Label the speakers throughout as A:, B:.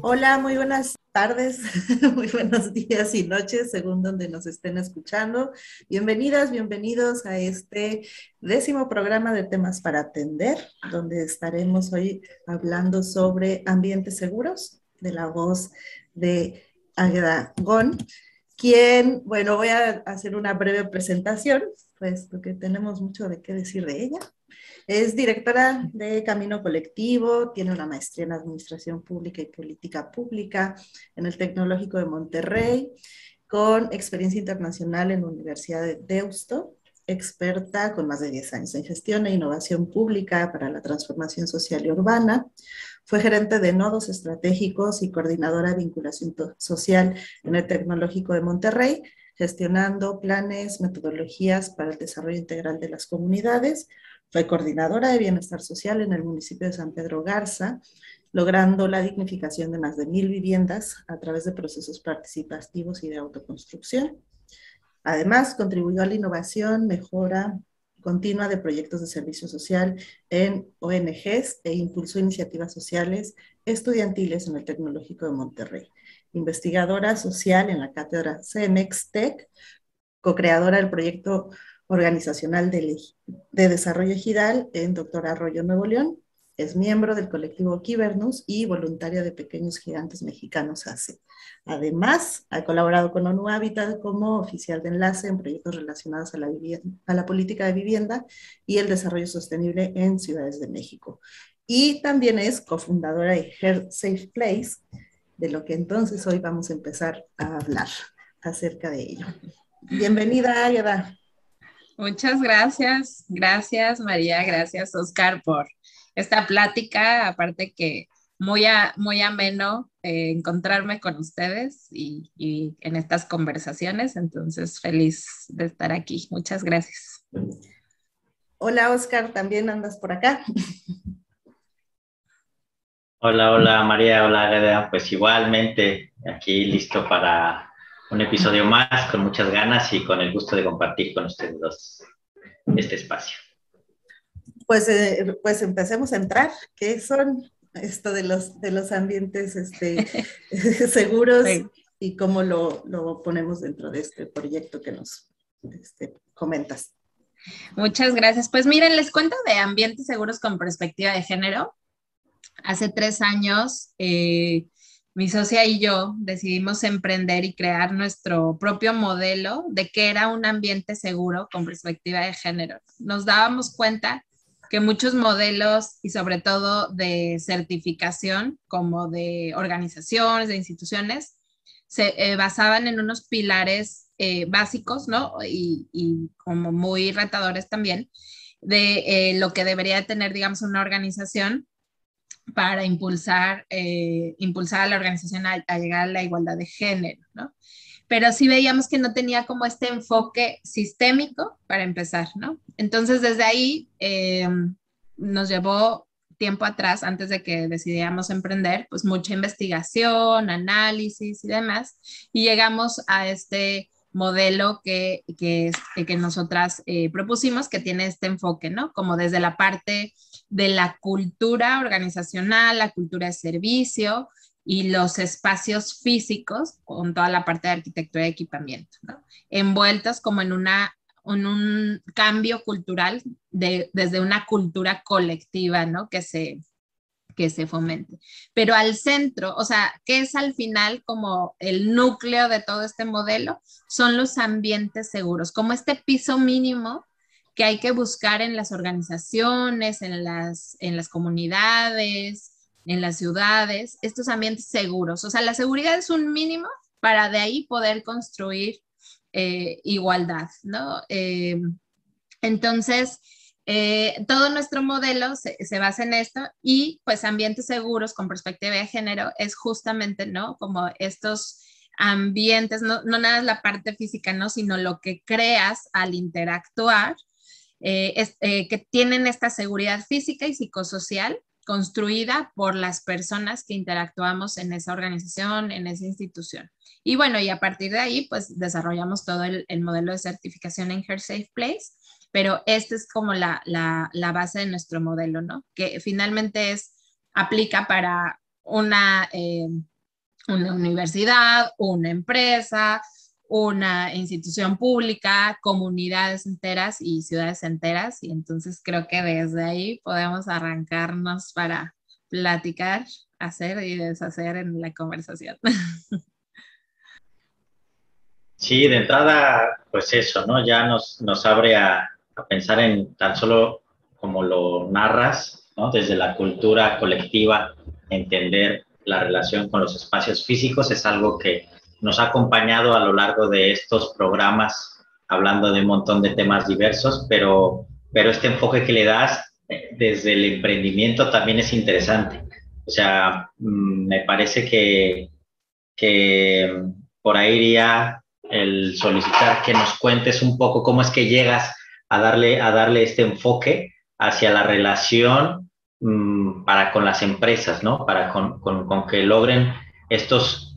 A: Hola, muy buenas tardes, muy buenos días y noches, según donde nos estén escuchando. Bienvenidas, bienvenidos a este 10º programa de temas para atender, donde estaremos hoy hablando sobre ambientes seguros, de la voz de Águeda Gon, quien, bueno, voy a hacer una breve presentación, pues porque tenemos mucho de qué decir de ella. Es directora de Camino Colectivo, tiene una maestría en Administración Pública y Política Pública en el Tecnológico de Monterrey, con experiencia internacional en la Universidad de Deusto, experta con más de 10 años en gestión e innovación pública para la transformación social y urbana. Fue gerente de nodos estratégicos y coordinadora de vinculación social en el Tecnológico de Monterrey, gestionando planes, metodologías para el desarrollo integral de las comunidades. Fue coordinadora de bienestar social en el municipio de San Pedro Garza, logrando la dignificación de más de 1,000 viviendas a través de procesos participativos y de autoconstrucción. Además, contribuyó a la innovación, mejora continua de proyectos de servicio social en ONGs e impulsó iniciativas sociales estudiantiles en el Tecnológico de Monterrey. Investigadora social en la cátedra CEMEX Tech, co-creadora del proyecto organizacional de desarrollo ejidal en Doctor Arroyo, Nuevo León. Es miembro del colectivo Kibernus y voluntaria de Pequeños Gigantes Mexicanos ACE. Además, ha colaborado con ONU Habitat como oficial de enlace en proyectos relacionados a la política de vivienda y el desarrollo sostenible en ciudades de México. Y también es cofundadora de Heart Safe Place, de lo que entonces hoy vamos a empezar a hablar acerca de ello. Bienvenida, Águeda.
B: Muchas gracias, gracias María, gracias Oscar por esta plática, aparte que muy ameno encontrarme con ustedes y en estas conversaciones, entonces feliz de estar aquí. Muchas gracias.
A: Hola, Oscar, ¿también andas por acá?
C: Hola, hola María, hola Águeda. Pues igualmente aquí listo para un episodio más, con muchas ganas y con el gusto de compartir con ustedes dos este espacio.
A: Pues empecemos a entrar. ¿Qué son esto de los ambientes seguros
B: Sí.
A: y cómo lo ponemos dentro de este proyecto que nos comentas?
B: Muchas gracias. Pues miren, les cuento de ambientes seguros con perspectiva de género. Hace 3 años, mi socia y yo decidimos emprender y crear nuestro propio modelo de qué era un ambiente seguro con perspectiva de género. Nos dábamos cuenta que muchos modelos y sobre todo de certificación, como de organizaciones, de instituciones, se basaban en unos pilares básicos, ¿no? Y como muy retadores también, de lo que debería tener, digamos, una organización para impulsar a la organización a llegar a la igualdad de género, ¿no? Pero sí veíamos que no tenía como este enfoque sistémico para empezar, ¿no? Entonces, desde ahí nos llevó tiempo atrás, antes de que decidíamos emprender, pues mucha investigación, análisis y demás, y llegamos a este modelo que nosotras propusimos, que tiene este enfoque, ¿no? Como desde la parte de la cultura organizacional, la cultura de servicio y los espacios físicos con toda la parte de arquitectura y equipamiento, ¿no? Envueltos como en un cambio cultural desde una cultura colectiva, ¿no? Que se fomente. Pero al centro, o sea, ¿qué es al final como el núcleo de todo este modelo? Son los ambientes seguros, como este piso mínimo que hay que buscar en las organizaciones, en las comunidades, en las ciudades, estos ambientes seguros. O sea, la seguridad es un mínimo para de ahí poder construir igualdad, ¿no? Entonces, todo nuestro modelo se basa en esto y pues ambientes seguros con perspectiva de género es justamente, ¿no? Como estos ambientes, no nada es la parte física, ¿no? Sino lo que creas al interactuar, que tienen esta seguridad física y psicosocial construida por las personas que interactuamos en esa organización, en esa institución. Y bueno, y a partir de ahí, pues desarrollamos todo el modelo de certificación en Her Safe Place, pero esta es como la base de nuestro modelo, ¿no? Que finalmente aplica para una una universidad, una empresa, una institución pública, comunidades enteras y ciudades enteras. Y entonces creo que desde ahí podemos arrancarnos para platicar, hacer y deshacer en la conversación.
C: Sí, de entrada, pues eso, ¿no? Ya nos abre a pensar en tan solo como lo narras, ¿no? Desde la cultura colectiva, entender la relación con los espacios físicos es algo que nos ha acompañado a lo largo de estos programas, hablando de un montón de temas diversos, pero este enfoque que le das desde el emprendimiento también es interesante. O sea, me parece que por ahí iría el solicitar que nos cuentes un poco cómo es que llegas a darle este enfoque hacia la relación para con las empresas, ¿no? Para con que logren estos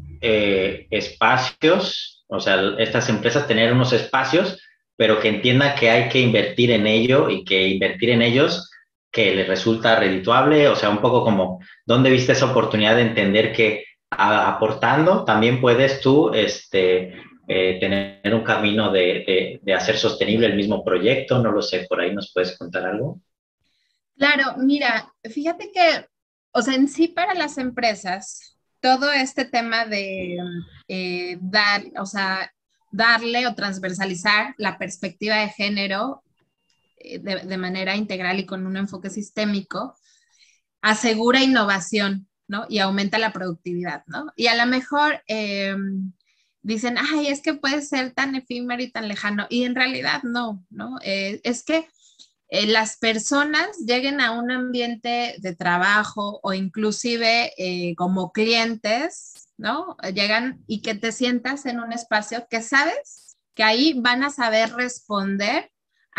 C: espacios, o sea, estas empresas tener unos espacios, pero que entiendan que hay que invertir en ello y que invertir en ellos que les resulta redituable, o sea, un poco como, ¿dónde viste esa oportunidad de entender que aportando también puedes tú tener un camino de hacer sostenible el mismo proyecto? No lo sé, por ahí nos puedes contar algo.
B: Claro, mira, fíjate que, o sea, en sí para las empresas, todo este tema de dar, o sea, darle o transversalizar la perspectiva de género de manera integral y con un enfoque sistémico, asegura innovación, ¿no? Y aumenta la productividad, ¿no? Y a lo mejor dicen, ay, es que puede ser tan efímero y tan lejano, y en realidad no, ¿no? Es que las personas lleguen a un ambiente de trabajo o inclusive como clientes, ¿no? Llegan y que te sientas en un espacio que sabes que ahí van a saber responder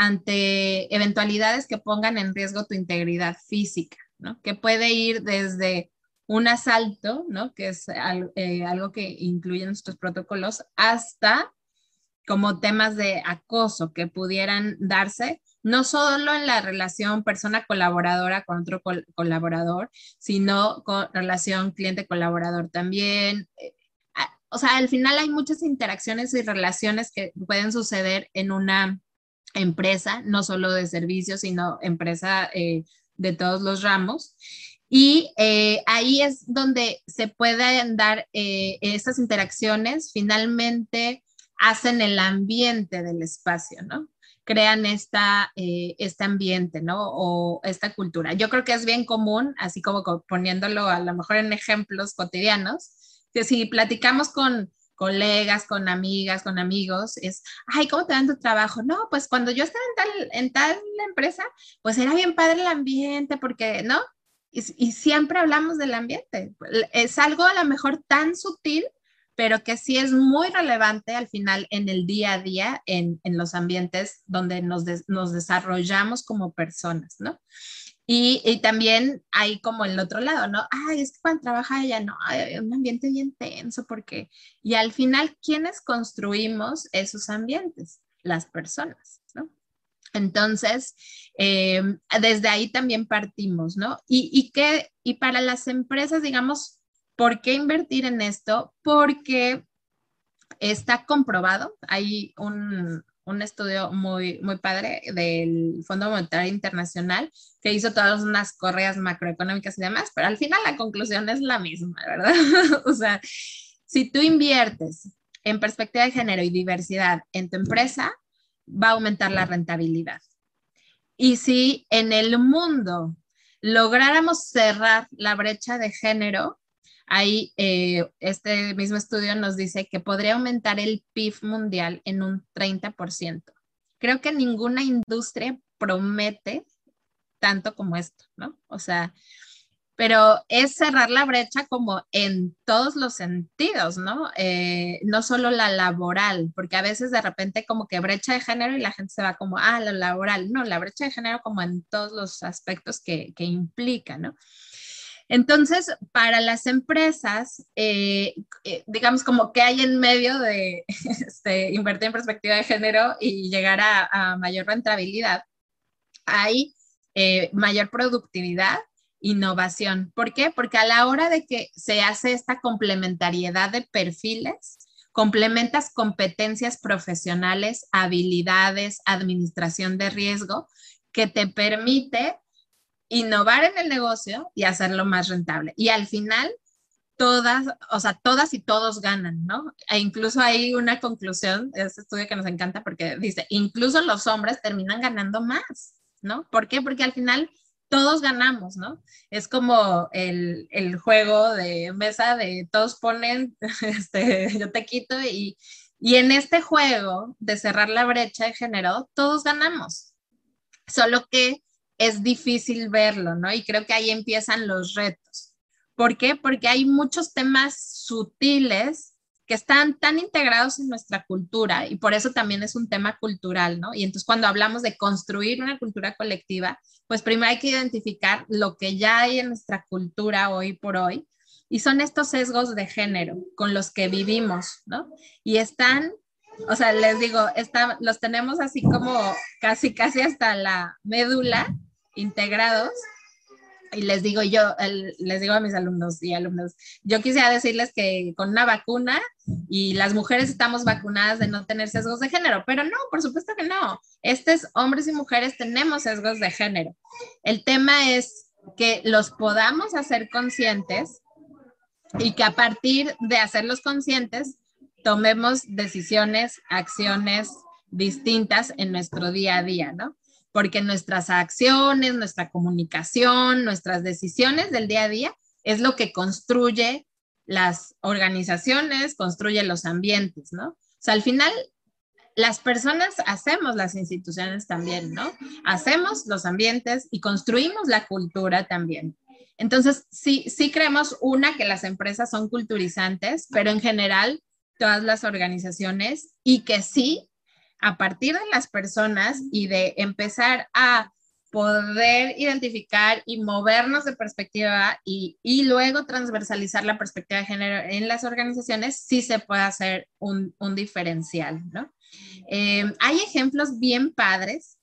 B: ante eventualidades que pongan en riesgo tu integridad física, ¿no? Que puede ir desde un asalto, ¿no? Que es algo que incluyen nuestros protocolos, hasta como temas de acoso que pudieran darse, no solo en la relación persona colaboradora con otro colaborador, sino con relación cliente-colaborador también. O sea, al final hay muchas interacciones y relaciones que pueden suceder en una empresa, no solo de servicios, sino empresa de todos los ramos. Y ahí es donde se pueden dar estas interacciones, finalmente hacen el ambiente del espacio, ¿no? Crean este ambiente, ¿no? O esta cultura. Yo creo que es bien común, así como poniéndolo a lo mejor en ejemplos cotidianos, que si platicamos con colegas, con amigas, con amigos, es, ay, ¿cómo te va en tu trabajo? No, pues cuando yo estaba en tal empresa, pues era bien padre el ambiente, porque, ¿no? Y siempre hablamos del ambiente. Es algo a lo mejor tan sutil, pero que sí es muy relevante al final en el día a día, en los ambientes donde nos desarrollamos como personas, ¿no? Y también hay como el otro lado, ¿no? Ay, es que cuando trabaja ella, no, hay un ambiente bien tenso, porque, y al final, ¿quiénes construimos esos ambientes? Las personas, ¿no? Entonces, desde ahí también partimos, ¿no? Y para las empresas, digamos, ¿por qué invertir en esto? Porque está comprobado, hay un estudio muy padre del Fondo Monetario Internacional que hizo todas unas correas macroeconómicas y demás, pero al final la conclusión es la misma, ¿verdad? O sea, si tú inviertes en perspectiva de género y diversidad en tu empresa, va a aumentar la rentabilidad. Y si en el mundo lográramos cerrar la brecha de género, ahí este mismo estudio nos dice que podría aumentar el PIB mundial en un 30%. Creo que ninguna industria promete tanto como esto, ¿no? O sea, pero es cerrar la brecha como en todos los sentidos, ¿no? No solo la laboral, porque a veces de repente como que brecha de género y la gente se va como, ah, la laboral. No, la brecha de género como en todos los aspectos que implica, ¿no? Entonces, para las empresas, digamos como que hay en medio de invertir en perspectiva de género y llegar a mayor rentabilidad, hay mayor productividad innovación. ¿Por qué? Porque a la hora de que se hace esta complementariedad de perfiles, complementas competencias profesionales, habilidades, administración de riesgo, que te permite innovar en el negocio y hacerlo más rentable. Y al final, todas, o sea, todas y todos ganan, ¿no? E incluso hay una conclusión, este estudio que nos encanta porque dice, incluso los hombres terminan ganando más, ¿no? ¿Por qué? Porque al final todos ganamos, ¿no? Es como el juego de mesa de todos ponen, yo te quito y en este juego de cerrar la brecha de género, todos ganamos. Solo que es difícil verlo, ¿no? Y creo que ahí empiezan los retos. ¿Por qué? Porque hay muchos temas sutiles que están tan integrados en nuestra cultura y por eso también es un tema cultural, ¿no? Y entonces cuando hablamos de construir una cultura colectiva, pues primero hay que identificar lo que ya hay en nuestra cultura hoy por hoy y son estos sesgos de género con los que vivimos, ¿no? Y están, o sea, les digo, los tenemos así como casi hasta la médula integrados. Y les digo les digo a mis alumnos y alumnas, yo quisiera decirles que con una vacuna y las mujeres estamos vacunadas de no tener sesgos de género, pero no, por supuesto que no. Hombres y mujeres tenemos sesgos de género. El tema es que los podamos hacer conscientes y que a partir de hacerlos conscientes tomemos decisiones, acciones distintas en nuestro día a día, ¿no? Porque nuestras acciones, nuestra comunicación, nuestras decisiones del día a día es lo que construye las organizaciones, construye los ambientes, ¿no? O sea, al final las personas hacemos las instituciones también, ¿no? Hacemos los ambientes y construimos la cultura también. Entonces, sí creemos, que las empresas son culturizantes, pero en general todas las organizaciones y que sí, a partir de las personas y de empezar a poder identificar y movernos de perspectiva y luego transversalizar la perspectiva de género en las organizaciones, sí se puede hacer un diferencial, ¿no? Hay ejemplos bien padres,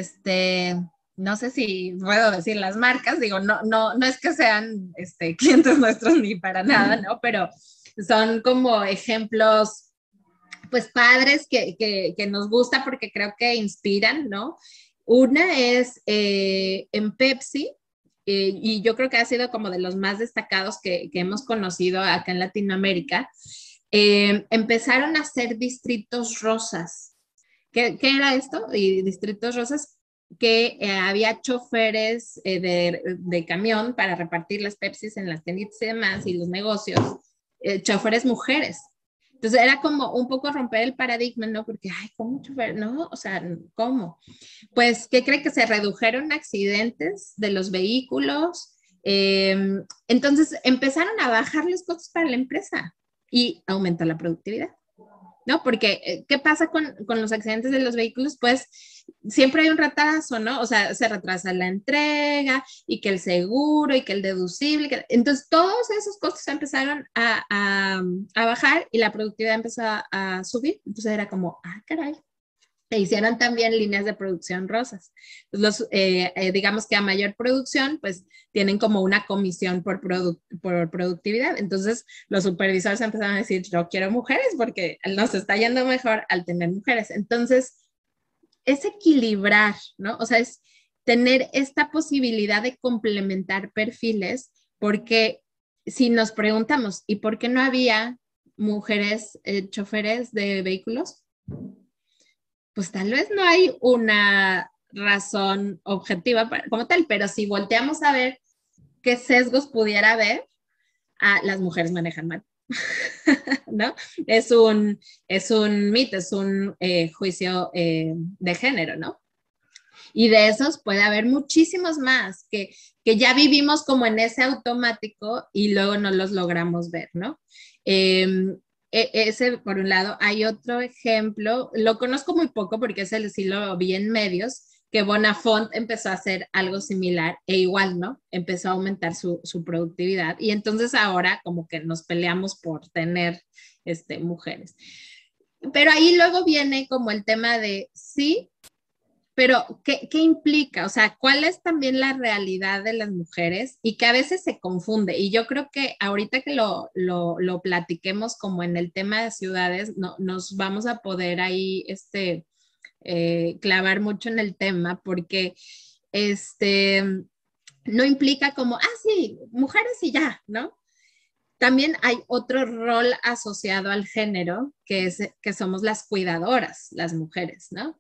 B: no sé si puedo decir las marcas, digo, no es que sean clientes nuestros ni para nada, ¿no? Pero son como ejemplos pues padres que nos gusta porque creo que inspiran, ¿no? Una es en Pepsi, y yo creo que ha sido como de los más destacados que hemos conocido acá en Latinoamérica. Empezaron a hacer distritos rosas. ¿Qué era esto? Y distritos rosas, que había choferes de camión para repartir las Pepsis en las tienditas y demás, y los negocios, choferes mujeres. Entonces era como un poco romper el paradigma, ¿no? Porque, ay, ¿cómo chofer? No, o sea, ¿cómo? Pues, ¿qué cree? Que se redujeron accidentes de los vehículos. Entonces empezaron a bajar los costos para la empresa y aumentó la productividad, ¿no? Porque, ¿qué pasa con los accidentes de los vehículos? Pues siempre hay un retraso, ¿no? O sea, se retrasa la entrega y que el seguro y que el deducible. Entonces, todos esos costos empezaron a bajar y la productividad empezó a subir. Entonces, era como, ah, caray. E hicieron también líneas de producción rosas. Digamos que a mayor producción, pues tienen como una comisión por productividad. Entonces, los supervisores empezaron a decir, yo quiero mujeres porque nos está yendo mejor al tener mujeres. Entonces, es equilibrar, ¿no? O sea, es tener esta posibilidad de complementar perfiles, porque si nos preguntamos, ¿y por qué no había mujeres choferes de vehículos? Pues tal vez no hay una razón objetiva como tal, pero si volteamos a ver qué sesgos pudiera haber, las mujeres manejan mal. ¿No? Es un mito, es un juicio de género, ¿no? Y de esos puede haber muchísimos más que ya vivimos como en ese automático y luego no los logramos ver, ¿no? Ese por un lado. Hay otro ejemplo, lo conozco muy poco porque ese sí lo vi en medios, que Bonafont empezó a hacer algo similar e igual, ¿no? Empezó a aumentar su productividad y entonces ahora como que nos peleamos por tener mujeres. Pero ahí luego viene como el tema de sí, Pero, ¿qué implica? O sea, ¿cuál es también la realidad de las mujeres? Y que a veces se confunde. Y yo creo que ahorita que lo platiquemos como en el tema de ciudades, nos vamos a poder ahí clavar mucho en el tema, porque no implica como, sí, mujeres y ya, ¿no? También hay otro rol asociado al género, que somos las cuidadoras, las mujeres, ¿no?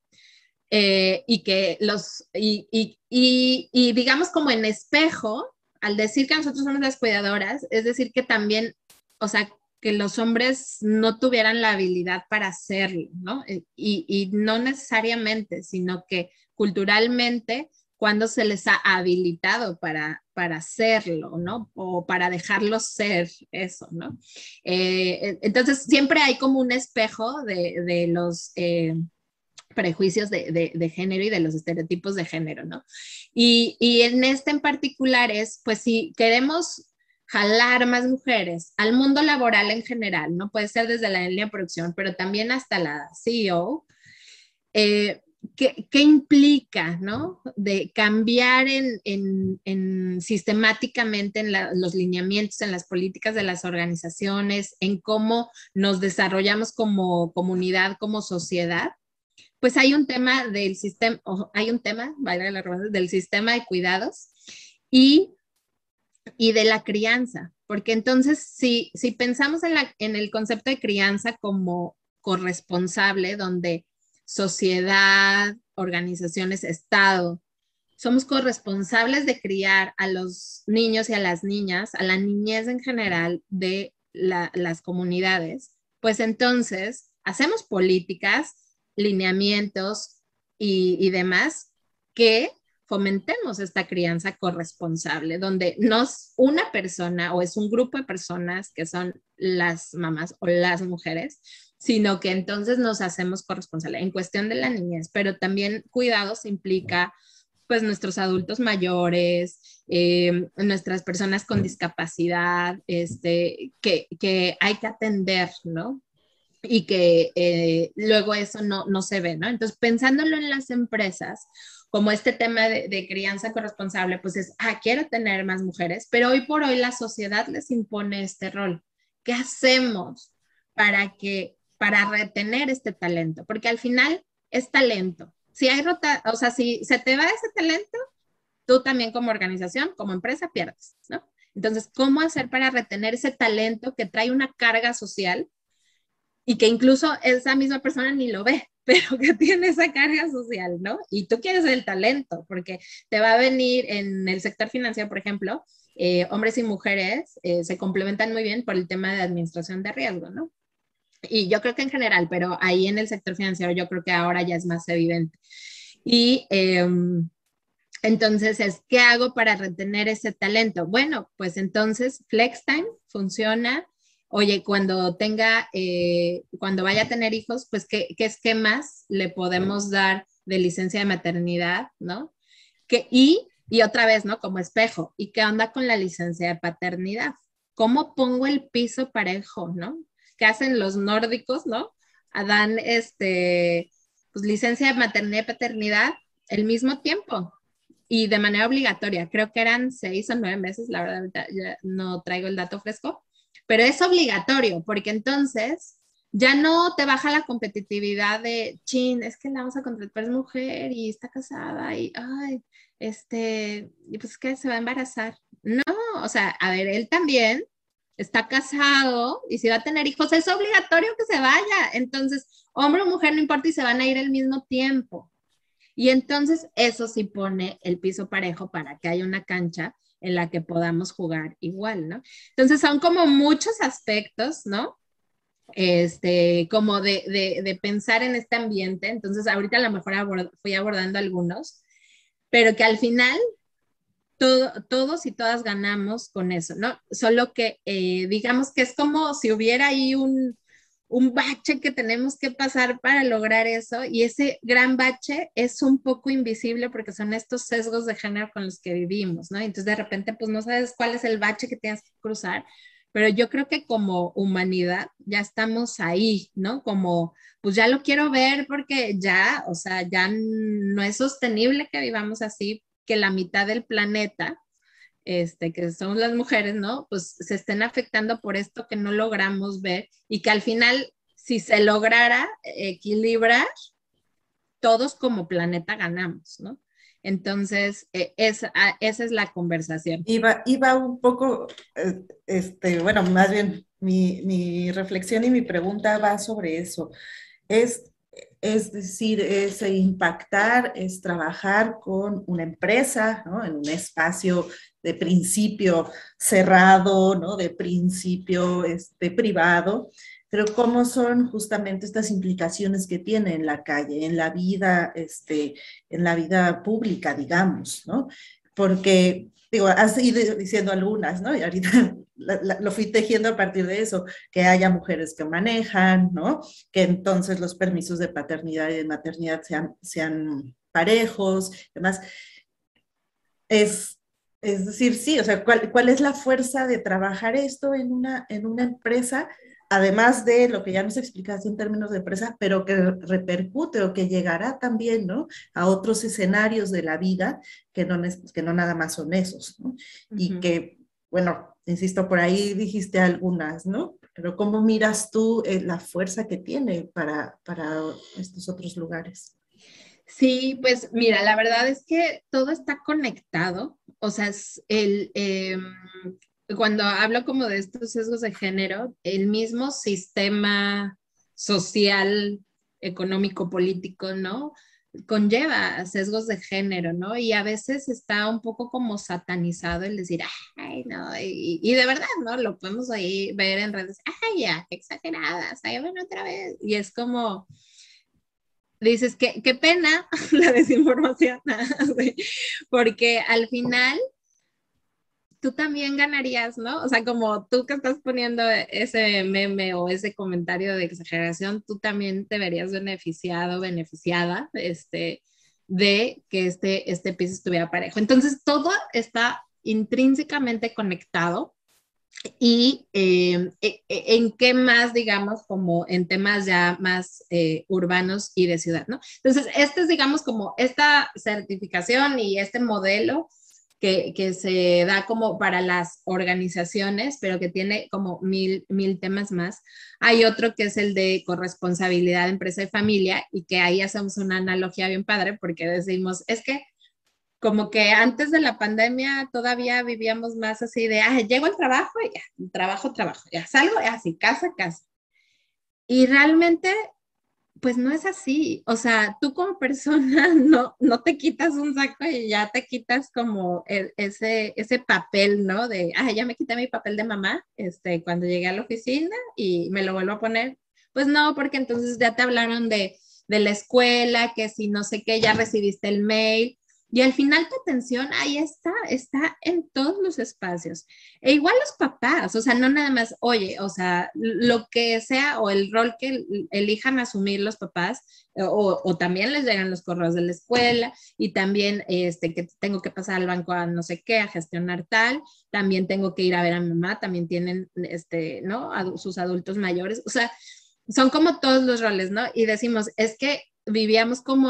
B: Y digamos como en espejo, al decir que nosotros somos las cuidadoras, es decir que también, o sea, que los hombres no tuvieran la habilidad para hacerlo, ¿no? Y no necesariamente, sino que culturalmente, cuando se les ha habilitado para hacerlo, ¿no? O para dejarlo ser eso, ¿no? Entonces, siempre hay como un espejo de los prejuicios de género y de los estereotipos de género, ¿no? Y en este en particular es, pues si queremos jalar más mujeres al mundo laboral en general, ¿no? Puede ser desde la línea de producción, pero también hasta la CEO, ¿qué implica, ¿no? De cambiar sistemáticamente en los lineamientos, en las políticas de las organizaciones, en cómo nos desarrollamos como comunidad, como sociedad. Pues hay un tema del sistema, valga la redundancia, del sistema de cuidados y, y de la crianza, porque entonces si pensamos en el concepto de crianza como corresponsable, donde sociedad, organizaciones, Estado, somos corresponsables de criar a los niños y a las niñas, a la niñez en general de las comunidades, pues entonces hacemos políticas, lineamientos y demás que fomentemos esta crianza corresponsable, donde no es una persona o es un grupo de personas que son las mamás o las mujeres, sino que entonces nos hacemos corresponsables en cuestión de la niñez, pero también cuidados implica pues nuestros adultos mayores, nuestras personas con discapacidad, que hay que atender, ¿no? Y que luego eso no se ve, ¿no? Entonces, pensándolo en las empresas, como este tema de crianza corresponsable, pues es, quiero tener más mujeres, pero hoy por hoy la sociedad les impone este rol. ¿Qué hacemos para retener este talento? Porque al final es talento. Si hay o sea, si se te va ese talento, tú también como organización, como empresa, pierdes, ¿no? Entonces, ¿cómo hacer para retener ese talento que trae una carga social y que incluso esa misma persona ni lo ve, pero que tiene esa carga social, ¿no? Y tú quieres el talento, porque te va a venir en el sector financiero, por ejemplo, hombres y mujeres se complementan muy bien por el tema de administración de riesgo, ¿no? Y yo creo que en general, pero ahí en el sector financiero yo creo que ahora ya es más evidente. Y entonces, ¿qué hago para retener ese talento? Bueno, pues entonces FlexTime funciona. Oye, cuando vaya a tener hijos, pues ¿qué esquemas le podemos dar de licencia de maternidad, ¿no? Y otra vez, ¿no? Como espejo. ¿Y qué onda con la licencia de paternidad? ¿Cómo pongo el piso parejo, ¿no? ¿Qué hacen los nórdicos, ¿no? Dan pues licencia de maternidad y paternidad al mismo tiempo y de manera obligatoria. Creo que eran 6 o 9 meses, la verdad, ya no traigo el dato fresco, pero es obligatorio porque entonces ya no te baja la competitividad de, chin, es que la vamos a contratar, es mujer y está casada y, ay, y pues que se va a embarazar. No, o sea, a ver, él también está casado y si va a tener hijos, es obligatorio que se vaya. Entonces, hombre o mujer, no importa y se van a ir al mismo tiempo. Y entonces eso sí pone el piso parejo para que haya una cancha en la que podamos jugar igual, ¿no? Entonces son como muchos aspectos, ¿no? Como de pensar en este ambiente. Entonces ahorita a lo mejor fui abordando algunos, pero que al final todos y todas ganamos con eso, ¿no? Solo que digamos que es como si hubiera ahí un bache que tenemos que pasar para lograr eso y ese gran bache es un poco invisible porque son estos sesgos de género con los que vivimos, ¿no? Entonces de repente pues no sabes cuál es el bache que tienes que cruzar, pero yo creo que como humanidad ya estamos ahí, ¿no? Como, pues ya lo quiero ver porque ya, o sea, ya no es sostenible que vivamos así, que la mitad del planeta, que somos las mujeres, ¿no? Pues se estén afectando por esto que no logramos ver y que al final, si se lograra equilibrar, todos como planeta ganamos, ¿no? Entonces, esa es la conversación.
A: Iba un poco, bueno, más bien mi reflexión y mi pregunta va sobre eso. Es, es decir, es impactar, es trabajar con una empresa, ¿no? En un espacio de principio cerrado, ¿no? De principio privado, pero cómo son justamente estas implicaciones que tiene en la calle, en la vida pública, digamos, ¿no? Porque, digo, has ido diciendo algunas, ¿no? Y ahorita lo fui tejiendo a partir de eso, que haya mujeres que manejan, ¿no? Que entonces los permisos de paternidad y de maternidad sean parejos, demás. Es, es decir, sí, o sea, ¿cuál es la fuerza de trabajar esto en una empresa? Además de lo que ya nos explicaste en términos de empresa, pero que repercute o que llegará también, ¿no? A otros escenarios de la vida que no nada más son esos, ¿no? Y que, bueno, insisto, por ahí dijiste algunas, ¿no? Pero ¿cómo miras tú la fuerza que tiene para estos otros lugares?
B: Sí, pues mira, la verdad es que todo está conectado. O sea, cuando hablo como de estos sesgos de género, el mismo sistema social, económico, político, ¿no? Conlleva sesgos de género, ¿no? Y a veces está un poco como satanizado el decir, ay, no, y de verdad, ¿no? Lo podemos ahí ver en redes, ay, ya, qué exageradas, ay, bueno, otra vez. Y es como dices que qué pena la desinformación, porque al final tú también ganarías, ¿no? O sea, como tú que estás poniendo ese meme o ese comentario de exageración, tú también te verías beneficiado, beneficiada, de que este piso estuviera parejo. Entonces, todo está intrínsecamente conectado y en qué más, digamos, como en temas ya más urbanos y de ciudad, ¿no? Entonces, este es, digamos, como esta certificación y este modelo que se da como para las organizaciones, pero que tiene como mil temas más. Hay otro que es el de corresponsabilidad de empresa y familia y que ahí hacemos una analogía bien padre porque decimos, es que como que antes de la pandemia todavía vivíamos más así de, llego al trabajo y ya, trabajo, ya salgo, así, casa. Y realmente, pues no es así. O sea, tú como persona no te quitas un saco y ya te quitas como ese papel, ¿no? De, ya me quité mi papel de mamá, cuando llegué a la oficina y me lo vuelvo a poner. Pues no, porque entonces ya te hablaron de la escuela, que si no sé qué, ya recibiste el mail. Y al final tu atención ahí está en todos los espacios. E igual los papás, o sea, no nada más, oye, o sea, lo que sea o el rol que elijan asumir los papás, o también les llegan los correos de la escuela y también que tengo que pasar al banco a no sé qué, a gestionar tal, también tengo que ir a ver a mi mamá, también tienen, ¿no? Sus adultos mayores, o sea, son como todos los roles, ¿no? Y decimos, es que vivíamos como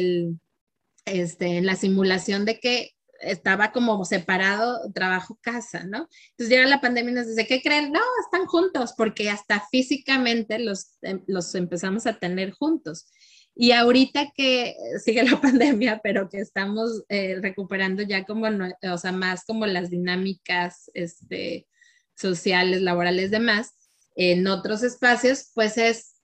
B: en la simulación de que estaba como separado trabajo-casa, ¿no? Entonces llega la pandemia y nos dice, ¿qué creen? No, están juntos, porque hasta físicamente los empezamos a tener juntos. Y ahorita que sigue la pandemia, pero que estamos recuperando ya como, o sea, más como las dinámicas sociales, laborales, demás, en otros espacios, pues es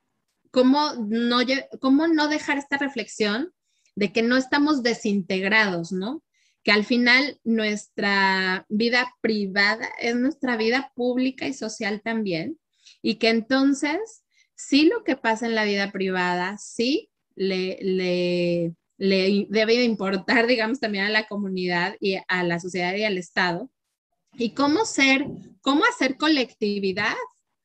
B: cómo no dejar esta reflexión de que no estamos desintegrados, ¿no? Que al final nuestra vida privada es nuestra vida pública y social también, y que entonces sí lo que pasa en la vida privada, sí le debe importar, digamos, también a la comunidad y a la sociedad y al Estado, y cómo hacer colectividad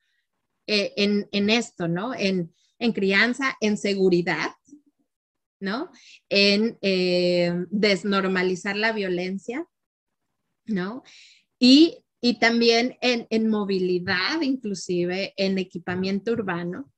B: en esto, ¿no? En crianza, en seguridad, ¿no? En desnormalizar la violencia, ¿no? Y y también en movilidad, inclusive en equipamiento urbano.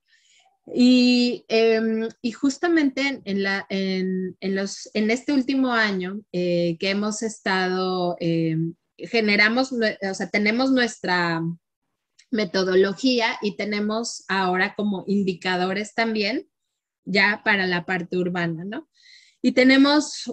B: Y justamente en este último año que hemos estado, generamos, o sea, tenemos nuestra metodología y tenemos ahora como indicadores también ya para la parte urbana, ¿no? Y tenemos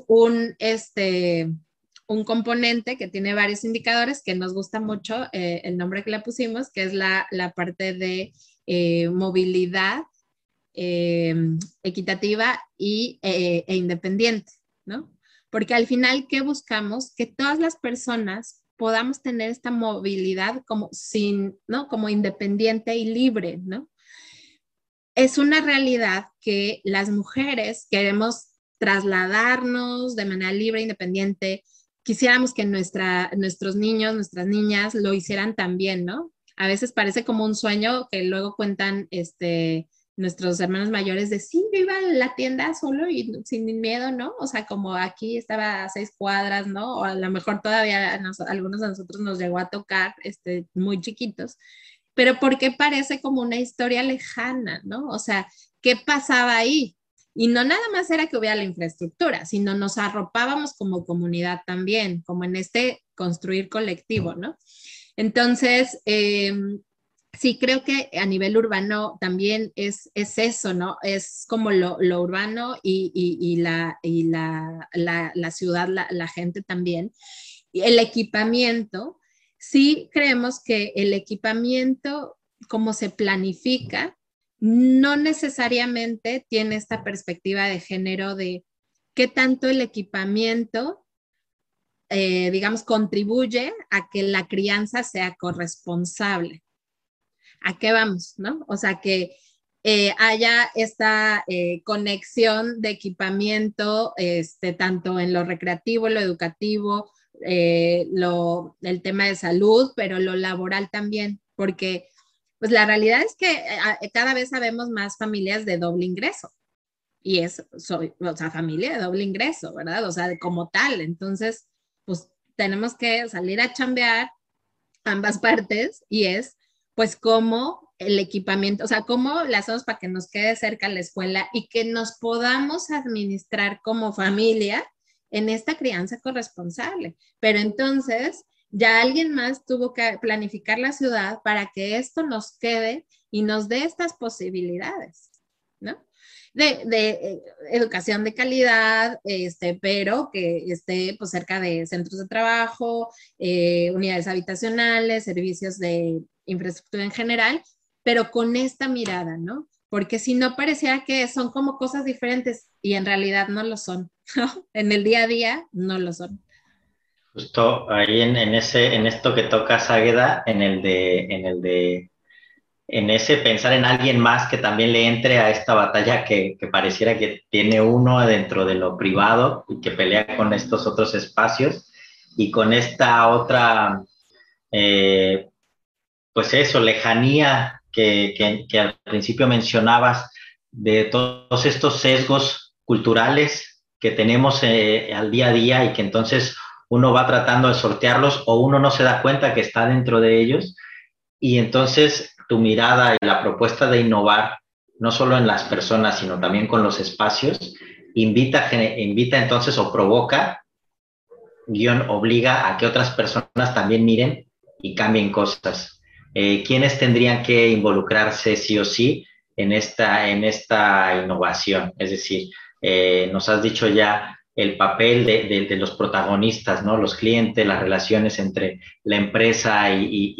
B: un componente que tiene varios indicadores que nos gusta mucho, el nombre que le pusimos, que es la parte de movilidad equitativa e independiente, ¿no? Porque al final, ¿qué buscamos? Que todas las personas podamos tener esta movilidad como ¿no? Como independiente y libre, ¿no? Es una realidad que las mujeres queremos trasladarnos de manera libre, independiente. Quisiéramos que nuestros niños, nuestras niñas lo hicieran también, ¿no? A veces parece como un sueño que luego cuentan nuestros hermanos mayores de sí, yo iba a la tienda solo y sin miedo, ¿no? O sea, como aquí estaba a 6 cuadras, ¿no? O a lo mejor todavía algunos de nosotros nos llegó a tocar muy chiquitos, pero porque parece como una historia lejana, ¿no? O sea, ¿qué pasaba ahí? Y no nada más era que hubiera la infraestructura, sino nos arropábamos como comunidad también, como en construir colectivo, ¿no? Entonces, sí, creo que a nivel urbano también es eso, ¿no? Es como lo urbano y la ciudad, la gente también. Y el equipamiento, sí creemos que el equipamiento, como se planifica, no necesariamente tiene esta perspectiva de género de qué tanto el equipamiento, digamos, contribuye a que la crianza sea corresponsable. ¿A qué vamos? ¿No? O sea, que haya esta conexión de equipamiento, tanto en lo recreativo, lo educativo, el tema de salud, pero lo laboral también, porque pues la realidad es que cada vez sabemos más familias de doble ingreso. Y o sea, familia de doble ingreso, ¿verdad? O sea, como tal. Entonces, pues tenemos que salir a chambear ambas partes y pues cómo el equipamiento, o sea, cómo le hacemos para que nos quede cerca la escuela y que nos podamos administrar como familia en esta crianza corresponsable. Pero entonces ya alguien más tuvo que planificar la ciudad para que esto nos quede y nos dé estas posibilidades, ¿no? De educación de calidad, pero que esté pues, cerca de centros de trabajo, unidades habitacionales, servicios de infraestructura en general, pero con esta mirada, ¿no? Porque si no pareciera que son como cosas diferentes y en realidad no lo son, ¿no? En el día a día no lo son.
C: Justo ahí en esto que tocas, Águeda, en ese pensar en alguien más que también le entre a esta batalla que pareciera que tiene uno dentro de lo privado y que pelea con estos otros espacios y con esta otra, pues eso, lejanía que al principio mencionabas de todos estos sesgos culturales que tenemos al día a día y que entonces uno va tratando de sortearlos o uno no se da cuenta que está dentro de ellos. Y entonces tu mirada y la propuesta de innovar, no solo en las personas, sino también con los espacios, invita entonces o provoca, obliga a que otras personas también miren y cambien cosas. ¿Quiénes tendrían que involucrarse sí o sí en esta innovación? Es decir, nos has dicho ya el papel de los protagonistas, ¿no? Los clientes, las relaciones entre la empresa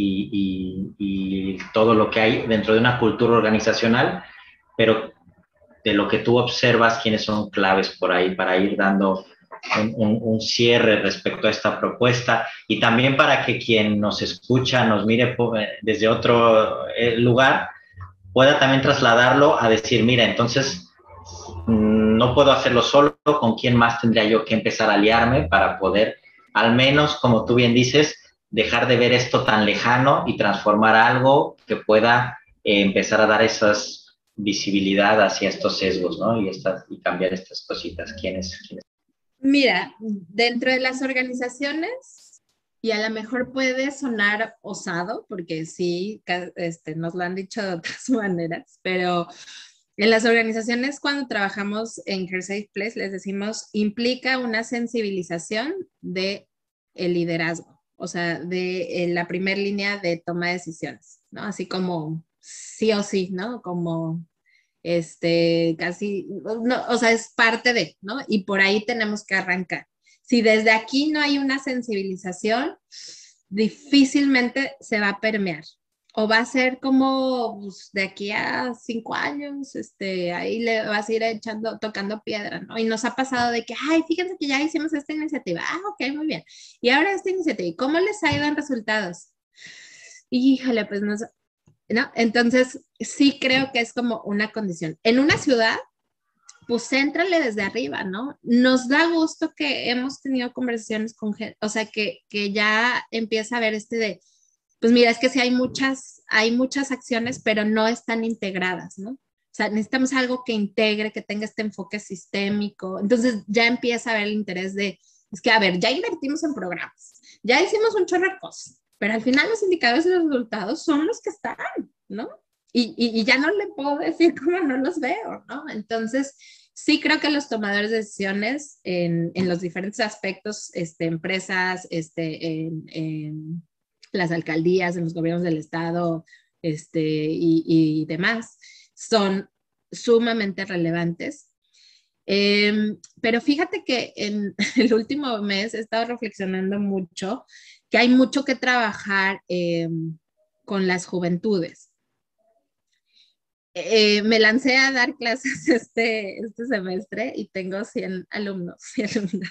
C: y todo lo que hay dentro de una cultura organizacional, pero de lo que tú observas, quiénes son claves por ahí para ir dando un cierre respecto a esta propuesta y también para que quien nos escucha, nos mire desde otro lugar, pueda también trasladarlo a decir, mira, entonces no puedo hacerlo solo, ¿con quién más tendría yo que empezar a aliarme para poder, al menos, como tú bien dices, dejar de ver esto tan lejano y transformar algo que pueda empezar a dar esas visibilidad hacia estos sesgos, ¿no? Y cambiar estas cositas. ¿Quiénes?
B: Mira, dentro de las organizaciones, y a lo mejor puede sonar osado, porque sí, nos lo han dicho de otras maneras, pero en las organizaciones cuando trabajamos en Her Safe Place les decimos implica una sensibilización de el liderazgo, o sea, de la primera línea de toma de decisiones, ¿no? Así como sí o sí, ¿no? Como casi, no, o sea, es parte de, ¿no? Y por ahí tenemos que arrancar. Si desde aquí no hay una sensibilización, difícilmente se va a permear. O va a ser como pues, de aquí a 5 años, ahí le vas a ir echando, tocando piedra, ¿no? Y nos ha pasado de que, ay, fíjense que ya hicimos esta iniciativa. Ah, ok, muy bien. Y ahora esta iniciativa, ¿cómo les ha ido en resultados? Híjole, pues no, ¿no? Entonces, sí creo que es como una condición. En una ciudad, pues éntrale desde arriba, ¿no? Nos da gusto que hemos tenido conversaciones con gente, o sea, que ya empieza a ver de, pues mira, es que sí hay muchas acciones, pero no están integradas, ¿no? O sea, necesitamos algo que integre, que tenga este enfoque sistémico. Entonces ya empieza a ver el interés de, es que, a ver, ya invertimos en programas, ya hicimos un chorro de cosas, pero al final los indicadores y los resultados son los que están, ¿no? Y ya no le puedo decir cómo no los veo, ¿no? Entonces, sí creo que los tomadores de decisiones en los diferentes aspectos, empresas, en las alcaldías, en los gobiernos del estado, y demás, son sumamente relevantes. Pero fíjate que en el último mes he estado reflexionando mucho que hay mucho que trabajar con las juventudes. Me lancé a dar clases este semestre y tengo 100 alumnos y alumnas.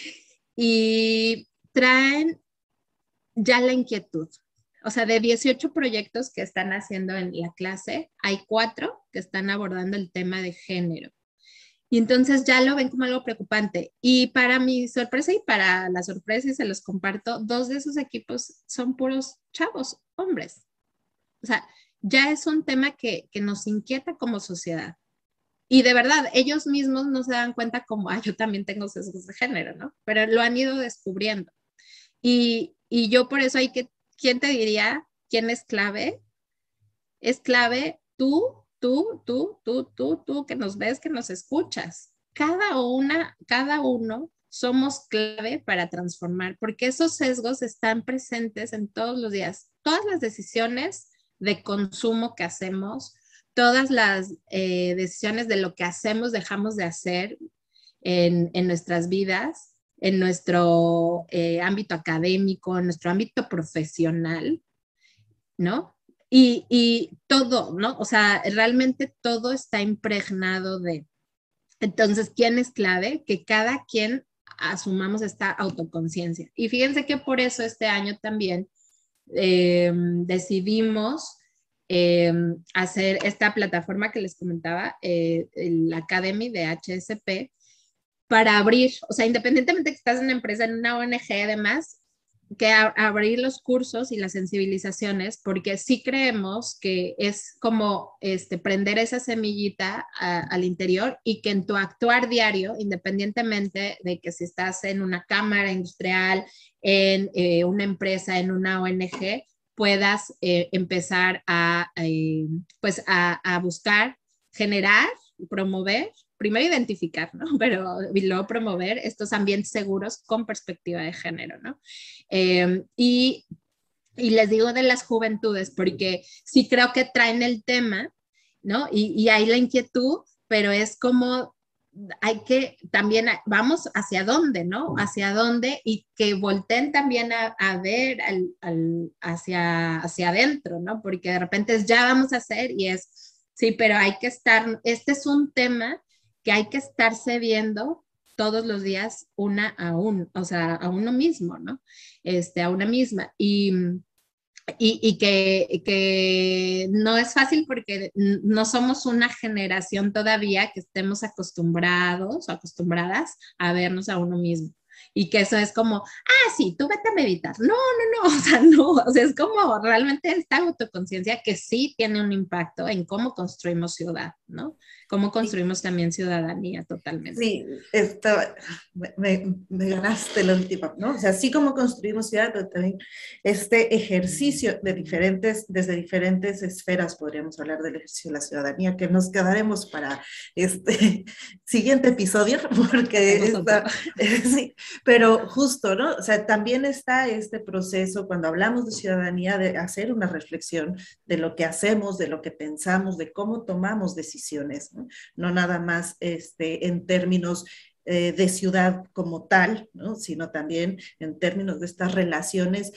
B: Y traen ya la inquietud. O sea, de 18 proyectos que están haciendo en la clase, hay 4 que están abordando el tema de género. Y entonces ya lo ven como algo preocupante. Y para mi sorpresa y para la sorpresa, y se los comparto, 2 de esos equipos son puros chavos, hombres. O sea, ya es un tema que nos inquieta como sociedad. Y de verdad, ellos mismos no se dan cuenta como, yo también tengo sesgos de género, ¿no? Pero lo han ido descubriendo. Y yo por eso ¿quién te diría quién es clave? Es clave tú, que nos ves, que nos escuchas. Cada uno somos clave para transformar, porque esos sesgos están presentes en todos los días. Todas las decisiones de consumo que hacemos, todas las decisiones de lo que hacemos, dejamos de hacer en nuestras vidas, en nuestro ámbito académico, en nuestro ámbito profesional, ¿no? Y todo, ¿no? O sea, realmente todo está impregnado de. Entonces, ¿quién es clave? Que cada quien asumamos esta autoconciencia. Y fíjense que por eso este año también decidimos hacer esta plataforma que les comentaba, la Academy de HSP, para abrir, o sea, independientemente que estás en una empresa, en una ONG, además, que abrir los cursos y las sensibilizaciones, porque sí creemos que es como prender esa semillita al interior y que en tu actuar diario, independientemente de que si estás en una cámara industrial, en una empresa, en una ONG, puedas empezar pues a buscar, generar, promover, primero identificar, ¿no? Pero luego promover estos ambientes seguros con perspectiva de género, ¿no? Y les digo de las juventudes, porque sí creo que traen el tema, ¿no? Y hay la inquietud, pero es como hay que también, vamos hacia dónde, ¿no? Hacia dónde y que volteen también a ver hacia adentro, ¿no? Porque de repente ya vamos a hacer y sí, pero hay que estar, este es un tema que hay que estarse viendo todos los días o sea, a uno mismo, ¿no? A una misma. Y que no es fácil porque no somos una generación todavía que estemos acostumbrados o acostumbradas a vernos a uno mismo. Y que eso es como, sí, tú vete a meditar. No, o sea, no, o sea, es como realmente esta autoconciencia que sí tiene un impacto en cómo construimos ciudad, ¿no? Cómo construimos también ciudadanía totalmente.
A: Sí, me ganaste la última, ¿no? O sea, así como construimos ciudad, pero también este ejercicio desde diferentes esferas, podríamos hablar del ejercicio de la ciudadanía, que nos quedaremos para este siguiente episodio, porque sí, pero justo, ¿no? O sea, también está este proceso, cuando hablamos de ciudadanía, de hacer una reflexión de lo que hacemos, de lo que pensamos, de cómo tomamos decisiones, ¿no? No nada más en términos de ciudad como tal, ¿no? Sino también en términos de estas relaciones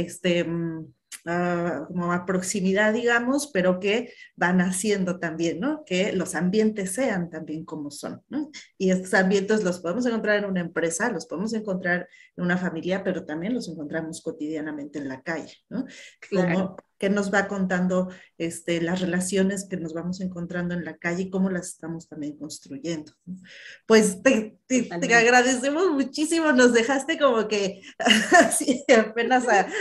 A: como a proximidad, digamos, pero que van haciendo también, ¿no? Que los ambientes sean también como son, ¿no? Y estos ambientes los podemos encontrar en una empresa, los podemos encontrar en una familia, pero también los encontramos cotidianamente en la calle, ¿no?
B: Claro.
A: Como que nos va contando las relaciones que nos vamos encontrando en la calle y cómo las estamos también construyendo. Pues te agradecemos muchísimo, nos dejaste como que así apenas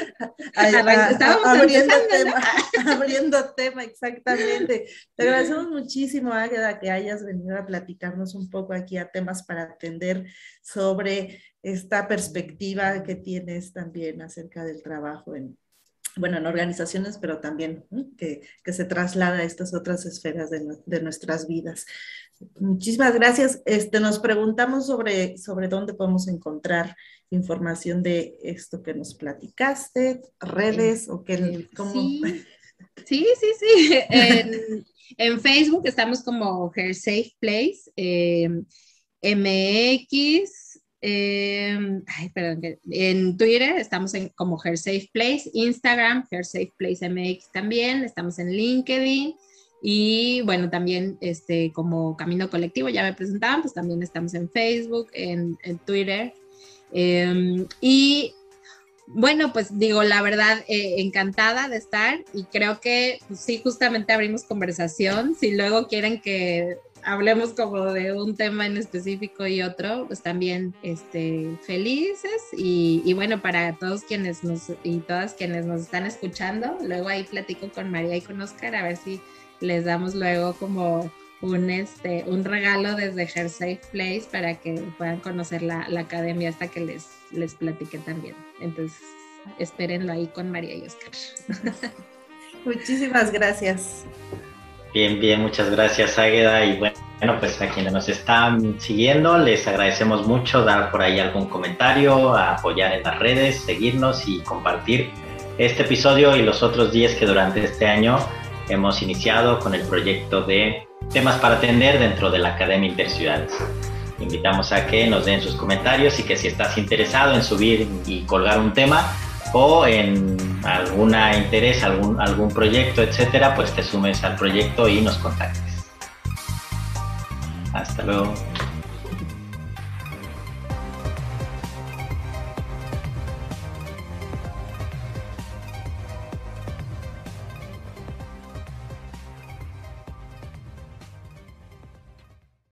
A: abriendo tema, exactamente. Te agradecemos muchísimo, Águeda, que hayas venido a platicarnos un poco aquí a Temas para Atender sobre esta perspectiva que tienes también acerca del trabajo en organizaciones, pero también que se traslada a estas otras esferas de nuestras vidas. Muchísimas gracias. Nos preguntamos sobre dónde podemos encontrar información de esto que nos platicaste, redes o qué, cómo.
B: Sí. En Facebook estamos como Her Safe Place, MX. En Twitter estamos como Her Safe Place, Instagram, Her Safe Place MX también, estamos en LinkedIn y bueno, también como Camino Colectivo, ya me presentaban, pues también estamos en Facebook, en Twitter. Y bueno, pues digo, la verdad, encantada de estar y creo que pues, sí, justamente abrimos conversación. Si luego quieren que hablemos como de un tema en específico y otro, pues también felices y bueno, para todos quienes y todas quienes nos están escuchando, luego ahí platico con María y con Oscar a ver si les damos luego como un regalo desde Her Safe Place para que puedan conocer la academia hasta que les platiqué también. Entonces, espérenlo ahí con María y Oscar.
A: Muchísimas gracias.
C: Bien, muchas gracias, Águeda. Y bueno, pues a quienes nos están siguiendo, les agradecemos mucho dar por ahí algún comentario, apoyar en las redes, seguirnos y compartir este episodio y los otros 10 que durante este año hemos iniciado con el proyecto de Temas para Atender dentro de la Academia Interciudades. Invitamos a que nos den sus comentarios y que si estás interesado en subir y colgar un tema o en algún interés, algún proyecto, etcétera, pues te sumes al proyecto y nos contactes. Hasta luego.